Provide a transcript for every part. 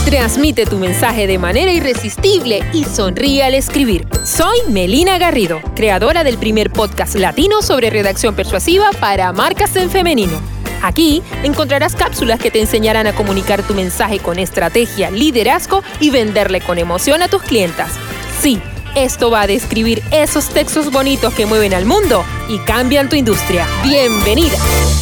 Transmite tu mensaje de manera irresistible y sonríe al escribir. Soy Melina Garrido, creadora del primer podcast latino sobre redacción persuasiva para marcas en femenino. Aquí encontrarás cápsulas que te enseñarán a comunicar tu mensaje con estrategia, liderazgo y venderle con emoción a tus clientas. Sí, esto va a describir esos textos bonitos que mueven al mundo y cambian tu industria. ¡Bienvenida!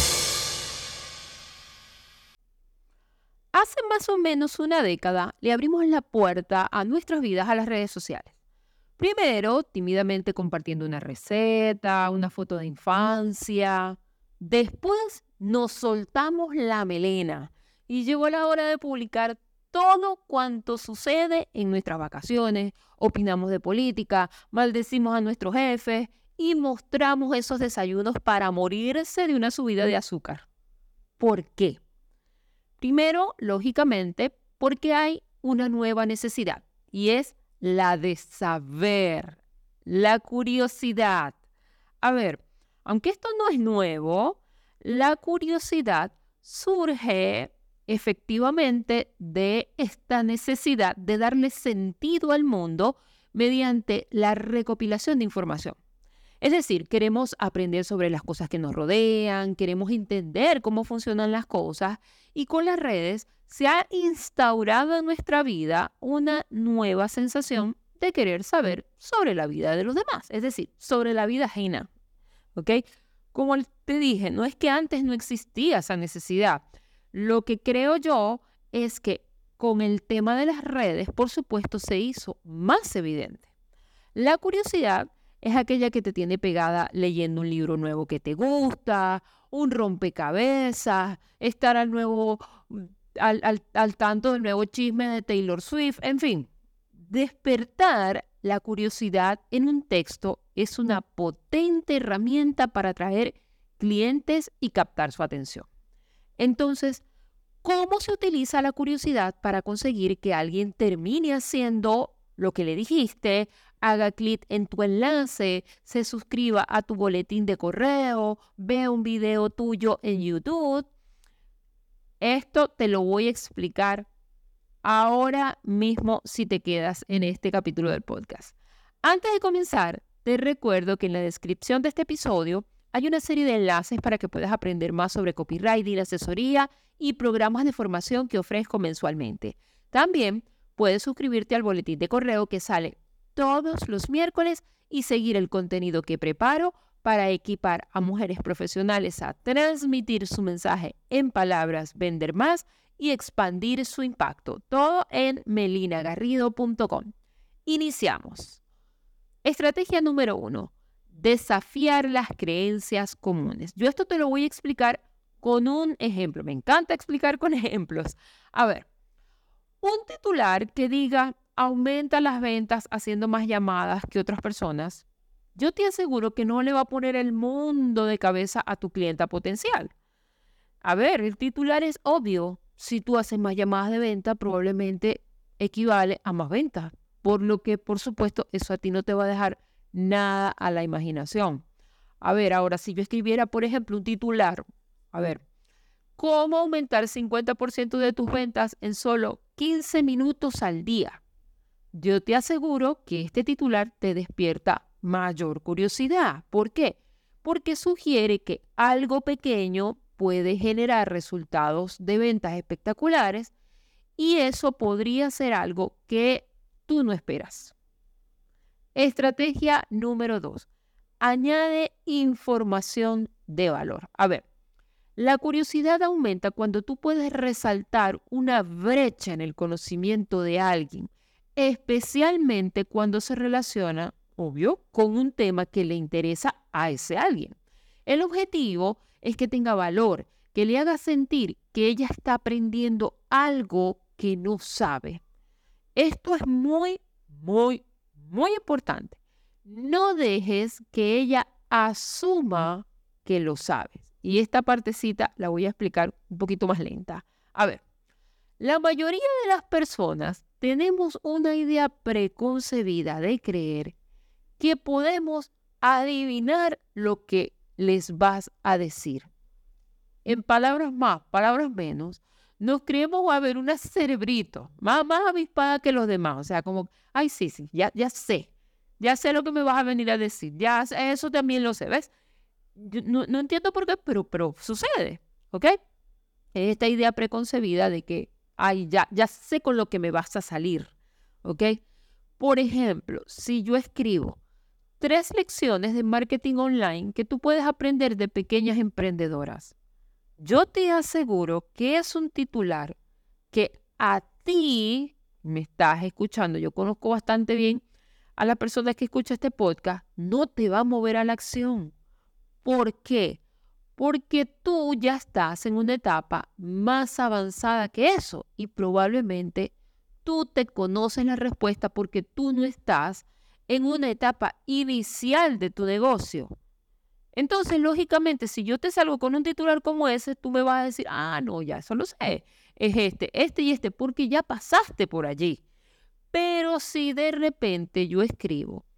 Hace más o menos una década le abrimos la puerta a nuestras vidas a las redes sociales. Primero, tímidamente compartiendo una receta, una foto de infancia. Después nos soltamos la melena y llegó la hora de publicar todo cuanto sucede en nuestras vacaciones. Opinamos de política, maldecimos a nuestros jefes y mostramos esos desayunos para morirse de una subida de azúcar. ¿Por qué? Primero, lógicamente, porque hay una nueva necesidad y es la de saber, la curiosidad. A ver, aunque esto no es nuevo, la curiosidad surge efectivamente de esta necesidad de darle sentido al mundo mediante la recopilación de información. Es decir, queremos aprender sobre las cosas que nos rodean, queremos entender cómo funcionan las cosas y con las redes se ha instaurado en nuestra vida una nueva sensación de querer saber sobre la vida de los demás, es decir, sobre la vida ajena. ¿Ok? Como te dije, no es que antes no existía esa necesidad. Lo que creo yo es que con el tema de las redes, por supuesto, se hizo más evidente. La curiosidad es aquella que te tiene pegada leyendo un libro nuevo que te gusta, un rompecabezas, estar al tanto del nuevo chisme de Taylor Swift, en fin. Despertar la curiosidad en un texto es una potente herramienta para atraer clientes y captar su atención. Entonces, ¿cómo se utiliza la curiosidad para conseguir que alguien termine haciendo lo que le dijiste, haga clic en tu enlace, se suscriba a tu boletín de correo, vea un video tuyo en YouTube? Esto te lo voy a explicar ahora mismo si te quedas en este capítulo del podcast. Antes de comenzar, te recuerdo que en la descripción de este episodio hay una serie de enlaces para que puedas aprender más sobre copywriting, asesoría y programas de formación que ofrezco mensualmente. También puedes suscribirte al boletín de correo que sale todos los miércoles y seguir el contenido que preparo para equipar a mujeres profesionales a transmitir su mensaje en palabras, vender más y expandir su impacto. Todo en melinagarrido.com. Iniciamos. Estrategia número 1. Desafiar las creencias comunes. Yo esto te lo voy a explicar con un ejemplo. Me encanta explicar con ejemplos. A ver, un titular que diga aumenta las ventas haciendo más llamadas que otras personas, yo te aseguro que no le va a poner el mundo de cabeza a tu clienta potencial. A ver, el titular es obvio. Si tú haces más llamadas de venta, probablemente equivale a más ventas. Por lo que, por supuesto, eso a ti no te va a dejar nada a la imaginación. A ver, ahora, si yo escribiera, por ejemplo, un titular, a ver, ¿cómo aumentar 50% de tus ventas en solo 15 minutos al día? Yo te aseguro que este titular te despierta mayor curiosidad. ¿Por qué? Porque sugiere que algo pequeño puede generar resultados de ventas espectaculares y eso podría ser algo que tú no esperas. Estrategia número 2. Añade información de valor. A ver, la curiosidad aumenta cuando tú puedes resaltar una brecha en el conocimiento de alguien, especialmente cuando se relaciona, obvio, con un tema que le interesa a ese alguien. El objetivo es que tenga valor, que le haga sentir que ella está aprendiendo algo que no sabe. Esto es muy, muy, muy importante. No dejes que ella asuma que lo sabes. Y esta partecita la voy a explicar un poquito más lenta. A ver, la mayoría de las personas tenemos una idea preconcebida de creer que podemos adivinar lo que les vas a decir. En palabras más, palabras menos, nos creemos a ver una cerebrito, más avispada que los demás. O sea, como, ay, sí, ya sé lo que me vas a venir a decir, ya eso también lo sé, ¿ves? Yo no entiendo por qué, pero sucede, ¿ok? Es esta idea preconcebida de que, ay, ya sé con lo que me vas a salir, ¿ok? Por ejemplo, si yo escribo 3 lecciones de marketing online que tú puedes aprender de pequeñas emprendedoras, yo te aseguro que es un titular que a ti me estás escuchando. Yo conozco bastante bien a la persona que escucha este podcast, no te va a mover a la acción. ¿Por qué? Porque tú ya estás en una etapa más avanzada que eso y probablemente tú te conoces la respuesta porque tú no estás en una etapa inicial de tu negocio. Entonces, lógicamente, si yo te salgo con un titular como ese, tú me vas a decir, no, ya eso lo sé, es este y este, porque ya pasaste por allí. Pero si de repente yo escribo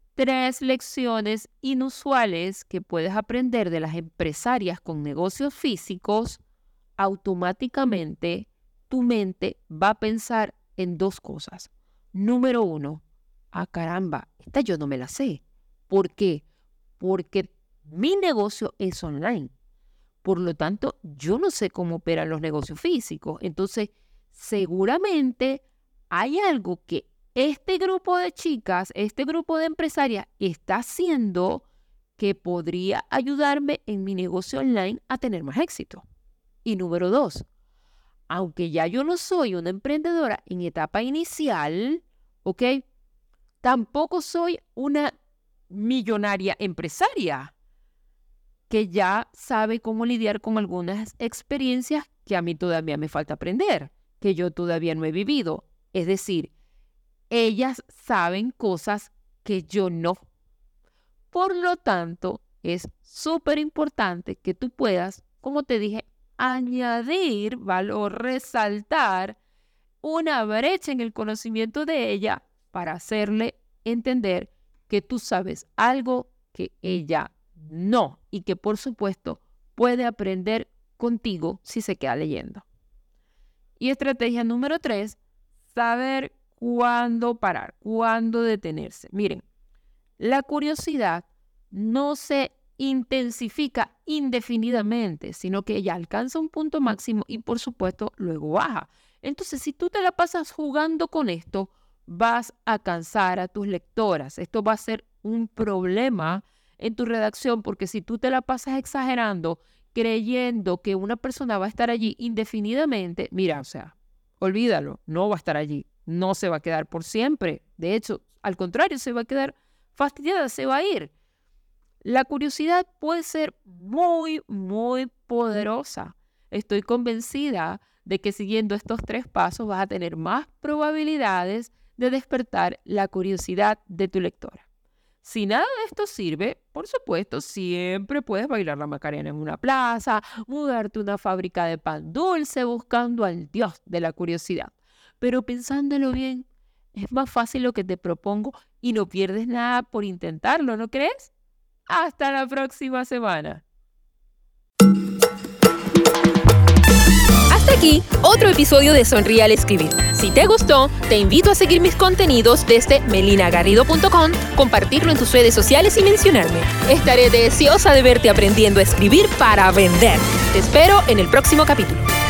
3 lecciones inusuales que puedes aprender de las empresarias con negocios físicos, automáticamente tu mente va a pensar en 2 cosas. Número 1, caramba, esta yo no me la sé. ¿Por qué? Porque mi negocio es online. Por lo tanto, yo no sé cómo operan los negocios físicos. Entonces, seguramente hay algo que este grupo de chicas, este grupo de empresarias está haciendo que podría ayudarme en mi negocio online a tener más éxito. Y número 2, aunque ya yo no soy una emprendedora en etapa inicial, ¿ok? Tampoco soy una millonaria empresaria que ya sabe cómo lidiar con algunas experiencias que a mí todavía me falta aprender, que yo todavía no he vivido. Es decir, ellas saben cosas que yo no. Por lo tanto, es súper importante que tú puedas, como te dije, añadir valor, resaltar una brecha en el conocimiento de ella para hacerle entender que tú sabes algo que ella no y que por supuesto puede aprender contigo si se queda leyendo. Y estrategia número 3, saber cuándo parar, cuándo detenerse. Miren, la curiosidad no se intensifica indefinidamente, sino que ella alcanza un punto máximo y por supuesto luego baja. Entonces, si tú te la pasas jugando con esto, vas a cansar a tus lectoras. Esto va a ser un problema en tu redacción porque si tú te la pasas exagerando, creyendo que una persona va a estar allí indefinidamente, mira, o sea, olvídalo, no va a estar allí, no se va a quedar por siempre. De hecho, al contrario, se va a quedar fastidiada, se va a ir. La curiosidad puede ser muy, muy poderosa. Estoy convencida de que siguiendo estos 3 pasos vas a tener más probabilidades de despertar la curiosidad de tu lectora. Si nada de esto sirve, por supuesto, siempre puedes bailar la Macarena en una plaza, mudarte a una fábrica de pan dulce buscando al dios de la curiosidad. Pero pensándolo bien, es más fácil lo que te propongo y no pierdes nada por intentarlo, ¿no crees? Hasta la próxima semana. Hasta aquí otro episodio de Sonríe al Escribir. Si te gustó, te invito a seguir mis contenidos desde melinagarrido.com, compartirlo en tus redes sociales y mencionarme. Estaré deseosa de verte aprendiendo a escribir para vender. Te espero en el próximo capítulo.